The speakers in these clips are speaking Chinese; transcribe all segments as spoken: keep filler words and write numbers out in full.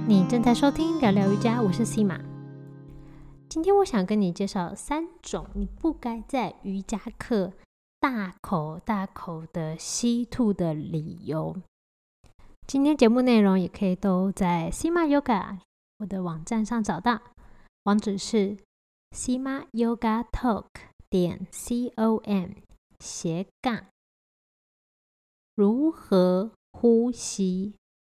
你正在收听聊聊瑜伽，我是 Sima。今天我想跟你介绍三种你不该在瑜伽课大口大口的吸吐的理由。今天节目内容也可以都在 Sima Yoga 我的网站上找到，网址是 sima yoga talk 点 com 斜杠如何呼吸。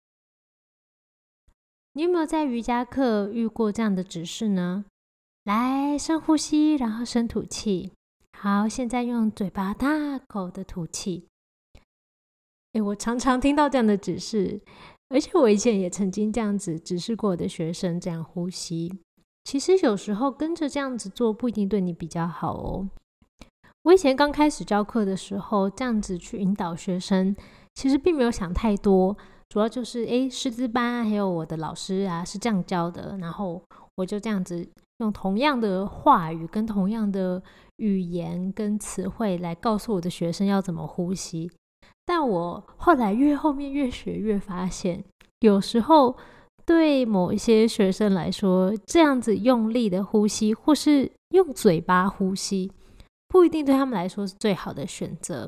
你有没有在瑜伽课遇过这样的指示呢？来，深呼吸，然后深吐气。好，现在用嘴巴大口的吐气。诶，我常常听到这样的指示，而且我以前也曾经这样子指示过我的学生这样呼吸。其实有时候跟着这样子做不一定对你比较好哦。我以前刚开始教课的时候，这样子去引导学生，其实并没有想太多，主要就是诶，师资班还有我的老师啊是这样教的，然后我就这样子用同样的话语跟同样的语言跟词汇来告诉我的学生要怎么呼吸。但我后来越后面越学越发现，有时候对某一些学生来说，这样子用力的呼吸或是用嘴巴呼吸，不一定对他们来说是最好的选择。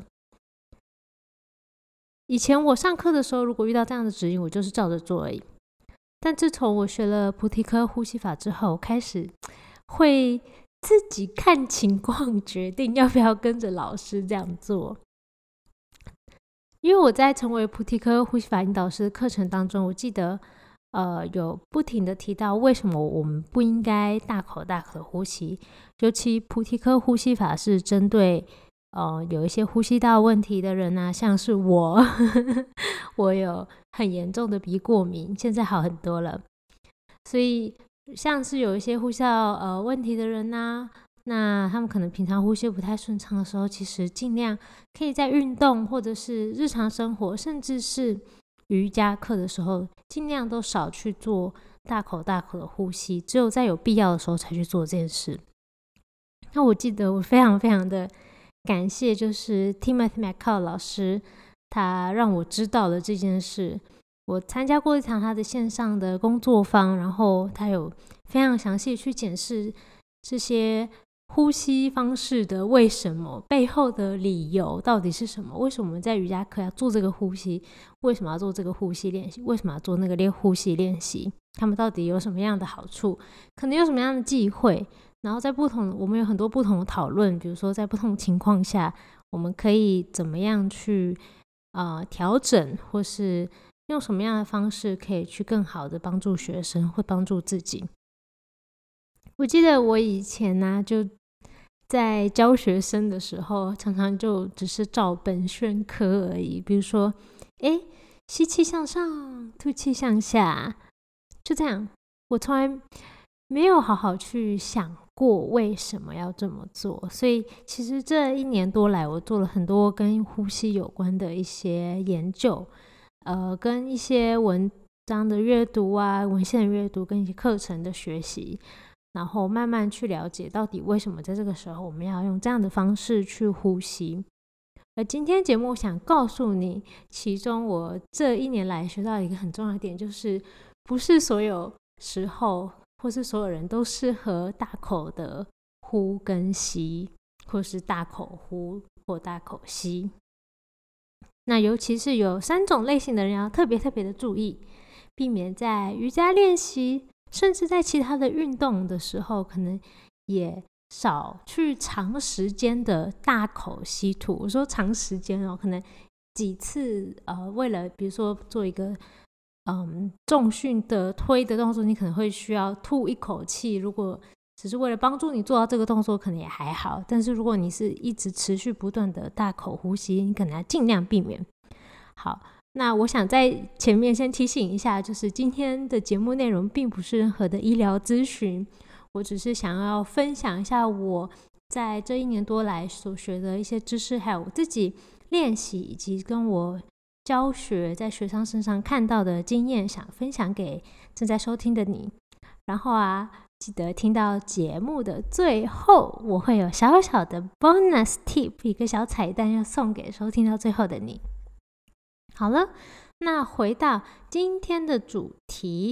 以前我上课的时候，如果遇到这样的指引，我就是照着做而已。但自从我学了菩提科呼吸法之后，我开始会自己看情况决定要不要跟着老师这样做。因为我在成为菩提科呼吸法引导师的课程当中，我记得呃有不停的提到为什么我们不应该大口大口的呼吸，尤其菩提科呼吸法是针对呃有一些呼吸道问题的人啊，像是我我有很严重的鼻过敏，现在好很多了，所以像是有一些呼吸道呃问题的人啊，那他们可能平常呼吸不太顺畅的时候，其实尽量可以在运动或者是日常生活，甚至是瑜伽课的时候，尽量都少去做大口大口的呼吸，只有在有必要的时候才去做这件事。那我记得我非常非常的感谢，就是 Timothy McCall 老师，他让我知道了这件事。我参加过一场他的线上的工作坊，然后他有非常详细去检视这些呼吸方式的为什么，背后的理由到底是什么？为什么我们在瑜伽课要做这个呼吸？为什么要做这个呼吸练习？为什么要做那个练呼吸练习？他们到底有什么样的好处？可能有什么样的忌讳？然后在不同，我们有很多不同的讨论，比如说在不同情况下，我们可以怎么样去呃调整，或是用什么样的方式可以去更好的帮助学生，或帮助自己。我记得我以前呢、啊，就在教学生的时候，常常就只是照本宣科而已。比如说，哎，吸气向上，吐气向下，就这样。我从来没有好好去想过为什么要这么做。所以，其实这一年多来，我做了很多跟呼吸有关的一些研究，呃，跟一些文章的阅读啊，文献的阅读，跟一些课程的学习。然后慢慢去了解到底为什么在这个时候我们要用这样的方式去呼吸。而今天节目想告诉你，其中我这一年来学到一个很重要的点，就是不是所有时候或是所有人都适合大口的呼跟吸，或是大口呼或大口吸。那尤其是有三种类型的人要特别特别的注意，避免在瑜伽练习甚至在其他的运动的时候，可能也少去长时间的大口吸吐。我说长时间哦，可能几次呃，为了比如说做一个嗯重训的推的动作，你可能会需要吐一口气。如果只是为了帮助你做到这个动作，可能也还好。但是如果你是一直持续不断的大口呼吸，你可能要尽量避免。好。那我想在前面先提醒一下，就是今天的节目内容并不是任何的医疗咨询，我只是想要分享一下我在这一年多来所学的一些知识，还有我自己练习以及跟我教学在学生身上看到的经验，想分享给正在收听的你。然后啊，记得听到节目的最后，我会有小小的 bonus tip， 一个小彩蛋要送给收听到最后的你。好了，那回到今天的主题，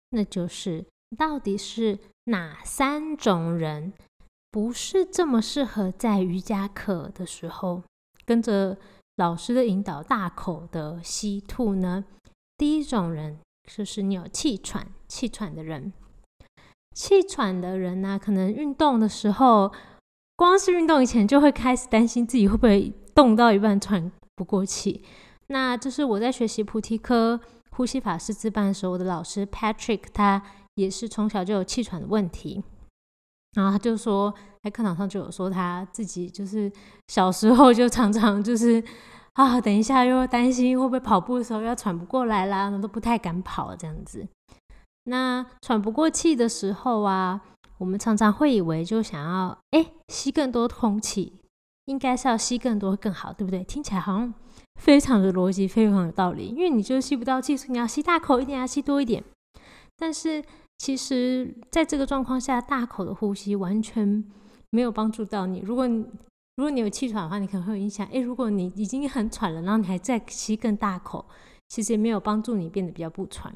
那就是到底是哪三种人不是这么适合在瑜伽课的时候跟着老师的引导大口的吸吐呢？第一种人就是你有气喘气喘的人。气喘的人呢、啊，可能运动的时候，光是运动以前就会开始担心自己会不会动到一半喘不过气。那这是我在学习菩提科呼吸法师资班的时候，我的老师 Patrick 他也是从小就有气喘的问题，然后他就说在课堂上就有说他自己就是小时候就常常就是啊，等一下又担心会不会跑步的时候要喘不过来啦，都不太敢跑这样子。那喘不过气的时候啊，我们常常会以为就想要哎吸更多空气，应该是要吸更多更好，对不对？听起来好像非常的逻辑，非常有道理，因为你就是吸不到气，所以你要吸大口一点，要吸多一点。但是其实在这个状况下，大口的呼吸完全没有帮助到你。如果你如果你有气喘的话，你可能会有影响。哎，如果你已经很喘了，然后你还再吸更大口，其实也没有帮助你变得比较不喘。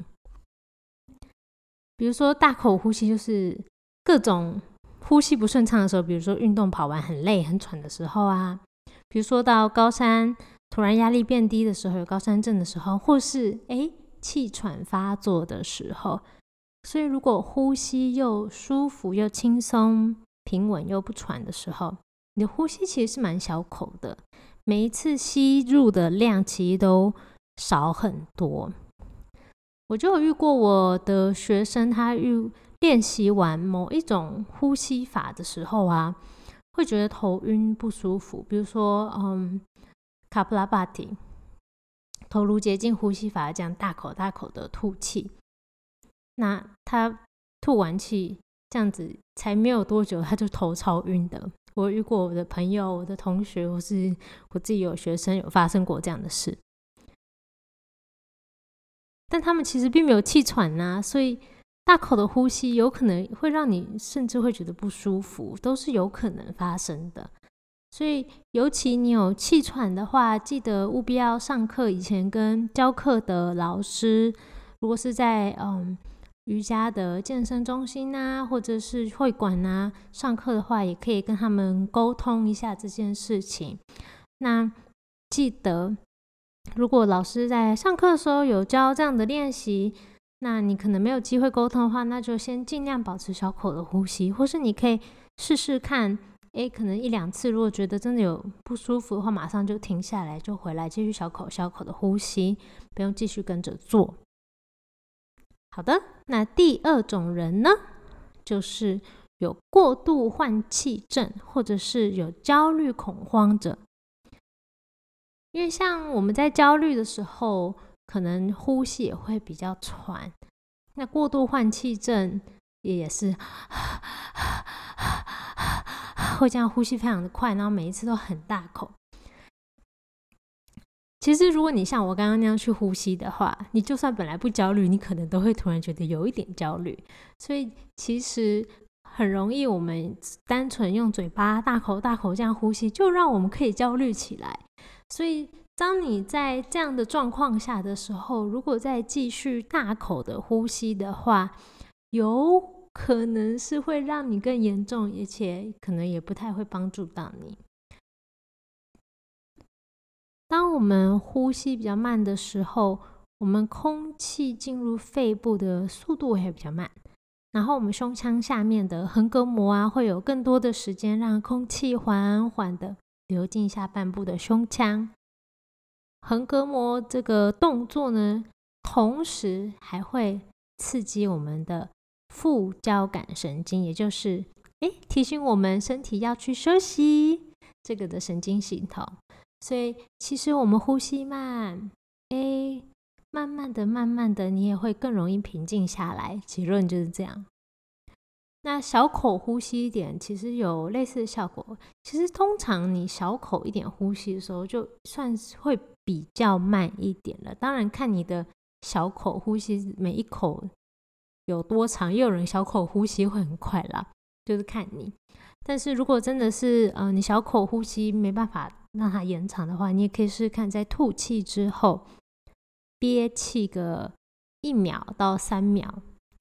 比如说大口呼吸，就是各种呼吸不顺畅的时候，比如说运动跑完很累很喘的时候啊，比如说到高山突然压力变低的时候，有高山症的时候，或是哎气喘发作的时候。所以如果呼吸又舒服又轻松平稳又不喘的时候，你的呼吸其实是蛮小口的，每一次吸入的量其实都少很多。我就有遇过我的学生，他遇练习完某一种呼吸法的时候啊，会觉得头晕不舒服。比如说，嗯，卡普拉巴提头颅洁净呼吸法，这样大口大口的吐气。那他吐完气这样子，才没有多久，他就头超晕的。我遇过我的朋友、我的同学，或是我自己有学生有发生过这样的事。但他们其实并没有气喘啊，所以大口的呼吸有可能会让你甚至会觉得不舒服，都是有可能发生的。所以尤其你有气喘的话，记得务必要上课以前跟教课的老师，如果是在嗯瑜伽的健身中心啊，或者是会馆啊上课的话，也可以跟他们沟通一下这件事情。那记得如果老师在上课的时候有教这样的练习，那你可能没有机会沟通的话，那就先尽量保持小口的呼吸，或是你可以试试看，诶，可能一两次，如果觉得真的有不舒服的话，马上就停下来，就回来继续小口小口的呼吸，不用继续跟着做。好的，那第二种人呢，就是有过度换气症，或者是有焦虑恐慌者。因为像我们在焦虑的时候，可能呼吸也会比较喘。那过度换气症也是会这样呼吸非常的快，然后每一次都很大口。其实如果你像我刚刚那样去呼吸的话，你就算本来不焦虑，你可能都会突然觉得有一点焦虑。所以其实很容易我们单纯用嘴巴大口大口这样呼吸，就让我们可以焦虑起来。所以当你在这样的状况下的时候，如果再继续大口的呼吸的话，有可能是会让你更严重，而且可能也不太会帮助到你。当我们呼吸比较慢的时候，我们空气进入肺部的速度也比较慢，然后我们胸腔下面的横膈膜啊，会有更多的时间让空气缓缓的流进下半部的胸腔。横膈膜这个动作呢，同时还会刺激我们的副交感神经，也就是诶提醒我们身体要去休息这个的神经系统。所以其实我们呼吸慢，诶慢慢的慢慢的你也会更容易平静下来，结论就是这样。那小口呼吸一点其实有类似的效果。其实通常你小口一点呼吸的时候，就算是会比较慢一点了。当然看你的小口呼吸每一口有多长，也有人小口呼吸会很快啦，就是看你。但是如果真的是呃你小口呼吸没办法让它延长的话，你也可以试试看，在吐气之后憋气个一秒到三秒，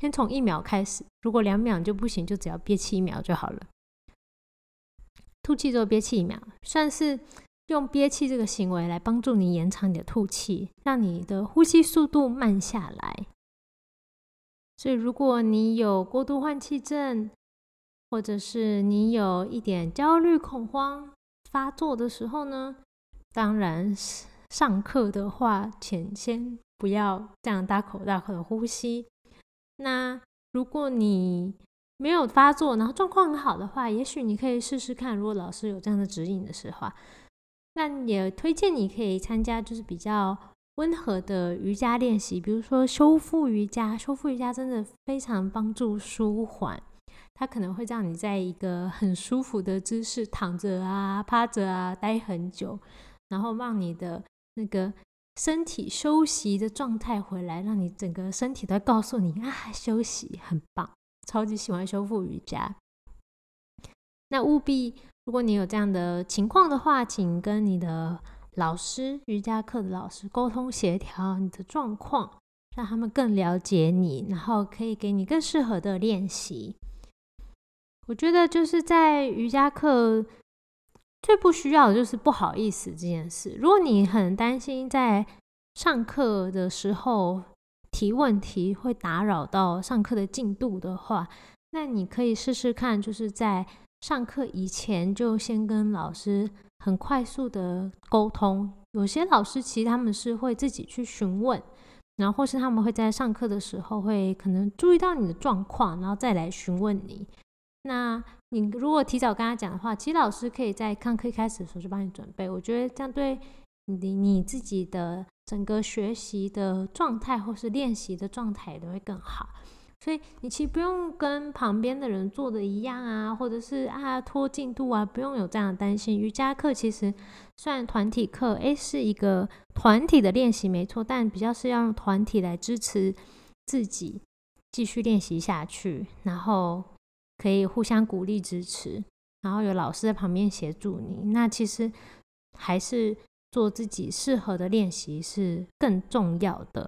先从一秒开始，如果两秒就不行，就只要憋气一秒就好了。吐气之后憋气一秒，算是用憋气这个行为来帮助你延长你的吐气，让你的呼吸速度慢下来。所以如果你有过度换气症，或者是你有一点焦虑恐慌发作的时候呢，当然上课的话请先不要这样大口大口的呼吸。那如果你没有发作，然后状况很好的话，也许你可以试试看，如果老师有这样的指引的时候，那也推荐你可以参加就是比较温和的瑜伽练习，比如说修复瑜伽。修复瑜伽真的非常帮助舒缓，它可能会让你在一个很舒服的姿势躺着啊、趴着啊待很久，然后让你的那个身体休息的状态回来，让你整个身体都告诉你啊，休息很棒。超级喜欢修复瑜伽。那务必如果你有这样的情况的话，请跟你的老师，瑜伽课的老师沟通协调你的状况，让他们更了解你，然后可以给你更适合的练习。我觉得就是在瑜伽课最不需要的就是不好意思这件事。如果你很担心在上课的时候提问题会打扰到上课的进度的话，那你可以试试看，就是在上课以前就先跟老师很快速的沟通。有些老师其实他们是会自己去询问，然后或是他们会在上课的时候会可能注意到你的状况，然后再来询问你。那你如果提早跟他讲的话，其实老师可以在上课一开始的时候就帮你准备。我觉得这样对你你自己的整个学习的状态或是练习的状态都会更好。所以你其实不用跟旁边的人做的一样啊，或者是啊拖进度啊，不用有这样的担心。瑜伽课其实虽然团体课诶是一个团体的练习没错，但比较是要用团体来支持自己继续练习下去，然后可以互相鼓励支持，然后有老师在旁边协助你。那其实还是做自己适合的练习是更重要的。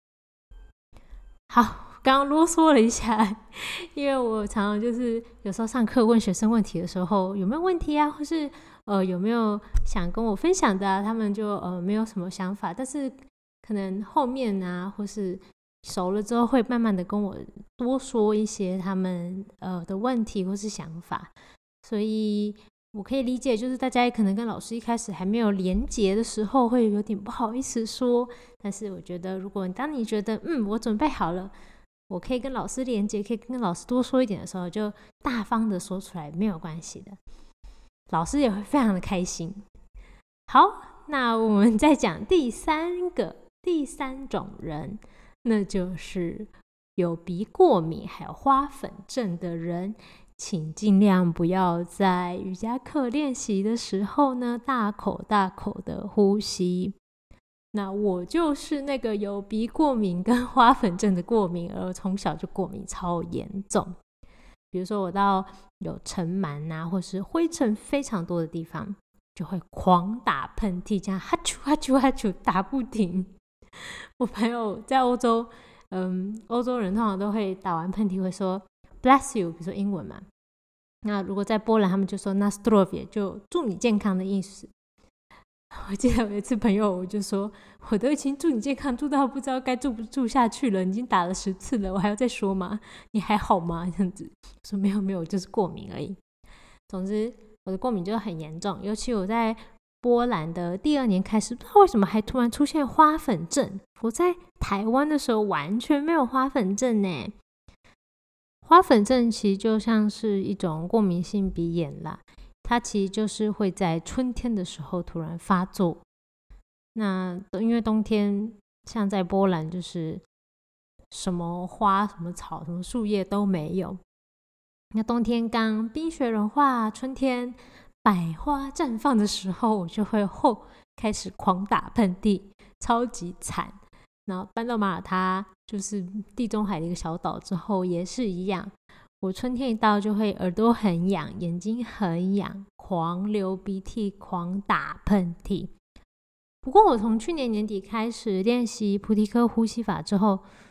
好，刚刚啰嗦了一下，因为我常常就是有时候上课问学生问题的时候，有没有问题啊，或是呃有没有想跟我分享的啊，他们就呃没有什么想法，但是可能后面啊或是熟了之后会慢慢的跟我多说一些他们呃的问题或是想法，所以我可以理解，就是大家可能跟老师一开始还没有连结的时候会有点不好意思说，但是我觉得如果当你觉得嗯我准备好了，我可以跟老师连结，可以跟老师多说一点的时候，就大方的说出来，没有关系的，老师也会非常的开心。好，那我们再讲第三个第三种人，那就是有鼻过敏还有花粉症的人，请尽量不要在瑜伽课练习的时候呢大口大口的呼吸。那我就是那个有鼻过敏跟花粉症的过敏儿，从小就过敏超严重。比如说我到有尘螨啊或是灰尘非常多的地方，就会狂打喷嚏，这样哈啾哈啾哈啾打不停。我朋友在欧洲，嗯，欧洲人通常都会打完喷嚏会说 bless you， 比如说英文嘛。那如果在波兰他们就说 na zdrowie， 就祝你健康的意思。我记得有一次朋友我就说，我都已经祝你健康祝到不知道该祝不祝下去了，你已经打了十次了，我还要再说吗？你还好吗？这样子说没有没有，就是过敏而已。总之我的过敏就很严重，尤其我在波兰的第二年开始，不知道为什么还突然出现花粉症。我在台湾的时候完全没有花粉症呢。花粉症其实就像是一种过敏性鼻炎啦，它其实就是会在春天的时候突然发作。那因为冬天像在波兰就是什么花什么草什么树叶都没有，那冬天刚冰雪融化，春天百花绽放的时候，我就会后开始狂打喷嚏，超级惨。然后搬到马耳他，就是地中海的一个小岛之后也是一样，我春天一到就会耳朵很痒，眼睛很痒，狂流鼻涕，狂打喷嚏。不过我从去年年底开始练习菩提科呼吸法之后，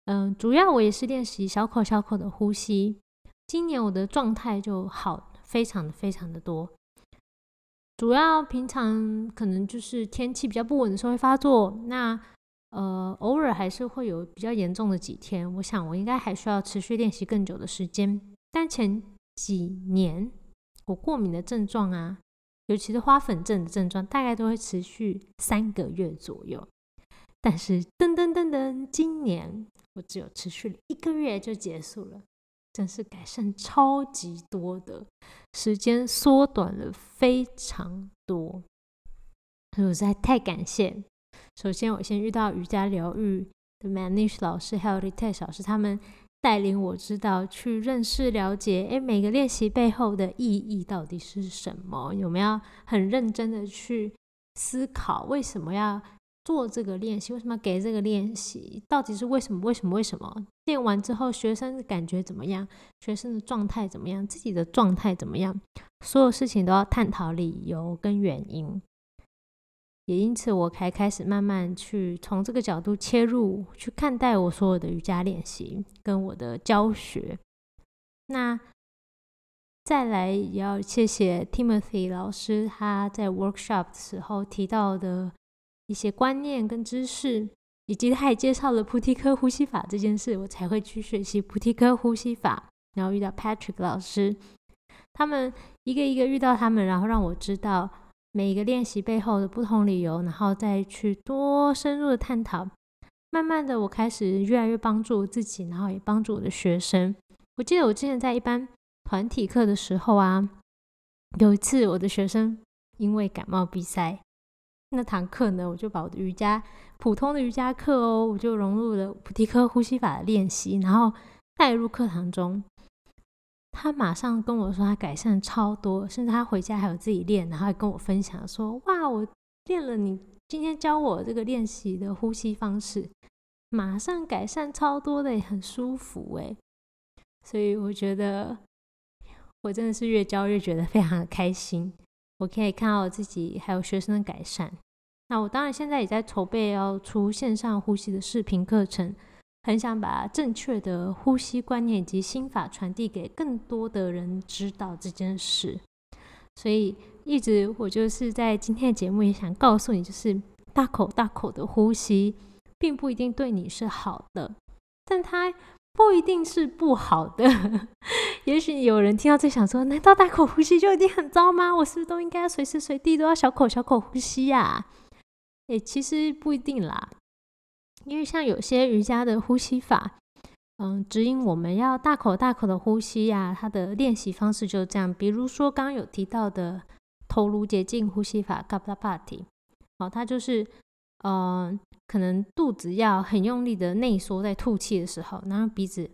嗯，主要我也是练习小口小口的呼吸。今年我的状态就好非常的非常的多。主要平常可能就是天气比较不稳的时候会发作，那呃偶尔还是会有比较严重的几天。我想我应该还需要持续练习更久的时间。但前几年我过敏的症状啊，尤其是花粉症的症状，大概都会持续三个月左右。但是噔噔噔噔，今年我只有持续了一个月就结束了，真是改善超级多的，时间缩短了非常多，所以我实在太感谢。首先我先遇到瑜伽疗愈的 Manish 老师还有 Ritesh 老师，他们带领我知道去认识了解诶每个练习背后的意义到底是什么，有没有很认真的去思考为什么要做这个练习，为什么要给这个练习，到底是为什么为什么为什么，练完之后学生的感觉怎么样，学生的状态怎么样，自己的状态怎么样，所有事情都要探讨理由跟原因。也因此我才开始慢慢去从这个角度切入去看待我所有的瑜伽练习跟我的教学。那再来也要谢谢 Timothy 老师，他在 workshop 的时候提到的一些观念跟知识，以及他也介绍了菩提科呼吸法这件事，我才会去学习菩提科呼吸法。然后遇到 Patrick 老师，他们一个一个遇到他们，然后让我知道每一个练习背后的不同理由，然后再去多深入的探讨。慢慢的我开始越来越帮助我自己，然后也帮助我的学生。我记得我之前在一般团体课的时候啊，有一次我的学生因为感冒比赛，那堂课呢，我就把我的瑜伽普通的瑜伽课哦，我就融入了菩提科呼吸法的练习，然后带入课堂中。他马上跟我说他改善超多，甚至他回家还有自己练，然后还跟我分享说，哇，我练了你今天教我这个练习的呼吸方式，马上改善超多的，也很舒服耶。所以我觉得我真的是越教越觉得非常的开心，我可以看到我自己还有学生的改善。那我当然现在也在筹备要出线上呼吸的视频课程，很想把正确的呼吸观念以及心法传递给更多的人知道这件事。所以一直我就是在今天的节目也想告诉你，就是大口大口的呼吸并不一定对你是好的，但它不一定是不好的。也许有人听到这想说，难道大口呼吸就一定很糟吗？我是不是都应该随时随地都要小口小口呼吸啊？欸，其实不一定啦，因为像有些瑜伽的呼吸法，嗯，指引我们要大口大口的呼吸啊，它的练习方式就是这样。比如说刚刚有提到的头颅洁净呼吸法 Kapalabhati， 哦，它就是呃，可能肚子要很用力的内缩，在吐气的时候，然后鼻子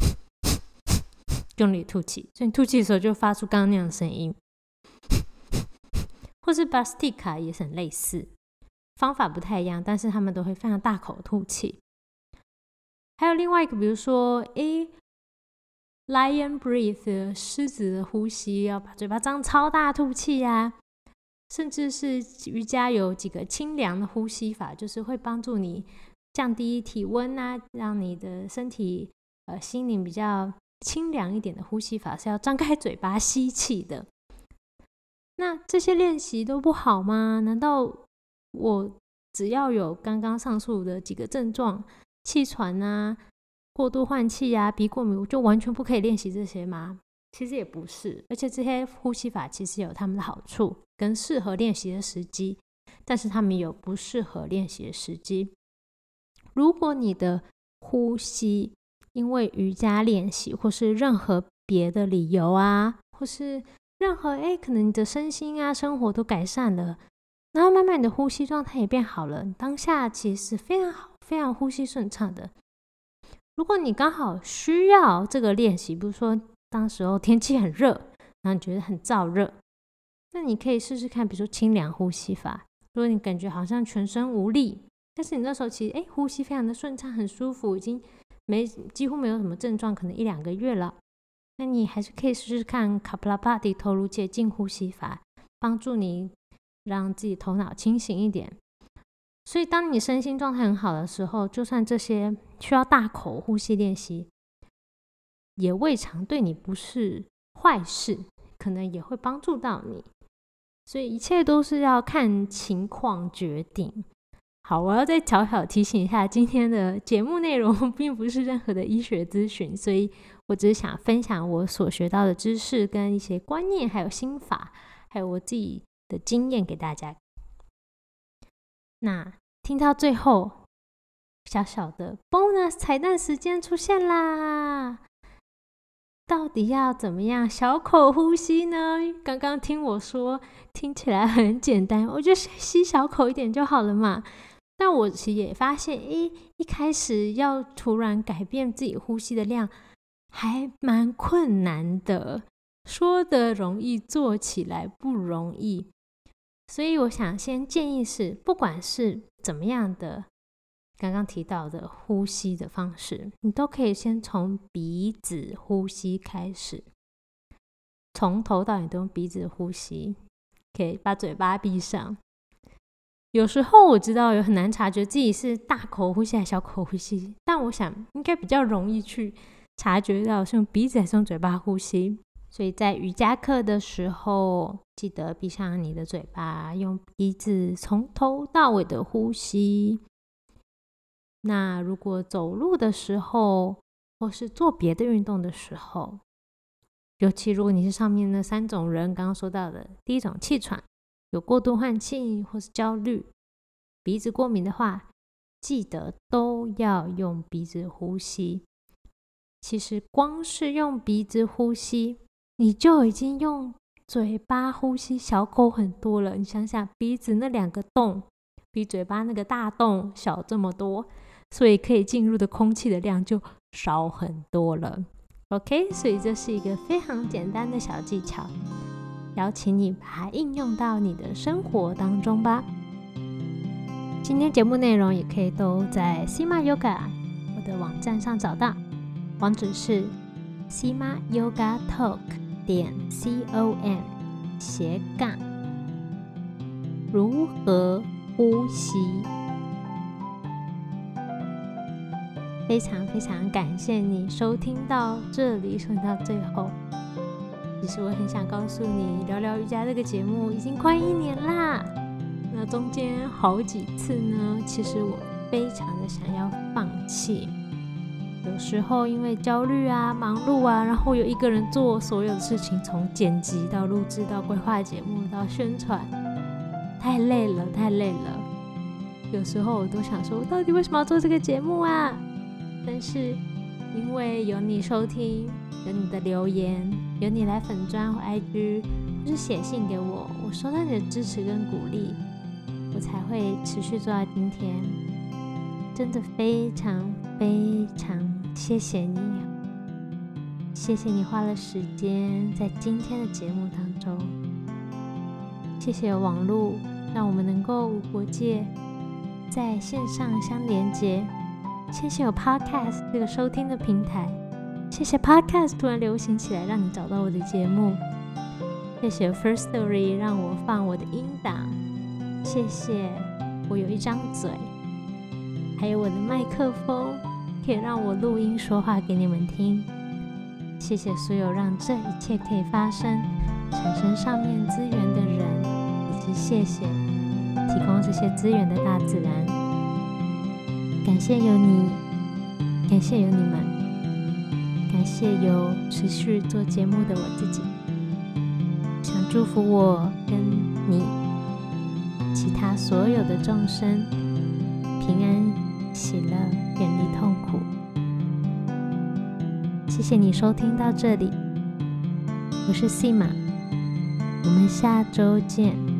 用力吐气，所以你吐气的时候就发出刚刚那样的声音。或是 Bastika 也是很类似，方法不太一样，但是他们都会非常大口吐气。还有另外一个，比如说诶 Lion Breathe 狮子的呼吸，要把嘴巴张超大吐气啊，甚至是瑜伽有几个清凉的呼吸法，就是会帮助你降低体温啊，让你的身体呃心灵比较清凉一点的呼吸法，是要张开嘴巴吸气的。那这些练习都不好吗？难道我只要有刚刚上述的几个症状，气喘啊、过度换气啊、鼻过敏，我就完全不可以练习这些吗？其实也不是，而且这些呼吸法其实有他们的好处跟适合练习的时机，但是他们有不适合练习的时机。如果你的呼吸因为瑜伽练习或是任何别的理由啊，或是任何哎，可能你的身心啊、生活都改善了，然后慢慢你的呼吸状态也变好了，你当下其实非常好、非常呼吸顺畅的。如果你刚好需要这个练习，比如说当时候天气很热，然后你觉得很燥热，那你可以试试看，比如说清凉呼吸法。如果你感觉好像全身无力，但是你那时候其实哎呼吸非常的顺畅、很舒服，已经没几乎没有什么症状，可能一两个月了，那你还是可以试试看 Kapalabhati 头颅洁净呼吸法，帮助你让自己头脑清醒一点。 所以当你身心状态很好的时候，就算这些需要大口呼吸练习，也未尝对你不是坏事，可能也会帮助到你。所以一切都是要看情况决定。好，我要再小小提醒一下，今天的节目内容并不是任何的医学咨询，所以我只是想分享我所学到的知识跟一些观念，还有心法，还有我自己的经验给大家。那听到最后，小小的 bonus 彩蛋时间出现啦！到底要怎么样小口呼吸呢？刚刚听我说听起来很简单，我就吸小口一点就好了嘛。但我其实也发现，诶，一开始要突然改变自己呼吸的量还蛮困难的，说得容易，做起来不容易。所以我想先建议是，不管是怎么样的刚刚提到的呼吸的方式，你都可以先从鼻子呼吸开始，从头到尾都用鼻子呼吸，可以把嘴巴闭上。有时候我知道有很难察觉自己是大口呼吸还是小口呼吸，但我想应该比较容易去察觉到是用鼻子还是用嘴巴呼吸。所以在瑜伽课的时候，记得闭上你的嘴巴，用鼻子从头到尾的呼吸。那如果走路的时候，或是做别的运动的时候，尤其如果你是上面那三种人刚刚说到的，第一种气喘，有过度换气或是焦虑，鼻子过敏的话，记得都要用鼻子呼吸。其实光是用鼻子呼吸，你就已经用嘴巴呼吸小口很多了。你想想，鼻子那两个洞比嘴巴那个大洞小这么多，所以可以进入的空气的量就少很多了。 OK， 所以这是一个非常简单的小技巧，邀请你把它应用到你的生活当中吧。今天节目内容也可以都在 Sima Yoga 我的网站上找到，网址是 sima yoga talk 点 com 斜杠如何呼吸。非常非常感谢你收听到这里，收听到最后。其实我很想告诉你，聊聊瑜伽这个节目已经快一年啦。那中间好几次呢，其实我非常的想要放弃。有时候因为焦虑啊、忙碌啊，然后有一个人做所有的事情，从剪辑到录制到规划节目到宣传，太累了，太累了。有时候我都想说，我到底为什么要做这个节目啊？但是因为有你收听，有你的留言，有你来粉专或 I G 或是写信给我，我收到你的支持跟鼓励，我才会持续做到今天。真的非常非常谢谢你，谢谢你花了时间在今天的节目当中，谢谢网络让我们能够无国界在线上相连接，谢谢有 Podcast 这个收听的平台，谢谢 Podcast 突然流行起来让你找到我的节目，谢谢 First Story 让我放我的音档，谢谢我有一张嘴，还有我的麦克风可以让我录音说话给你们听，谢谢所有让这一切可以发生产生上面资源的人，以及谢谢提供这些资源的大自然。感谢有你，感谢有你们，感谢有持续做节目的我自己。想祝福我跟你其他所有的众生平安喜乐，远离痛苦。谢谢你收听到这里，我是 Sima， 我们下周见。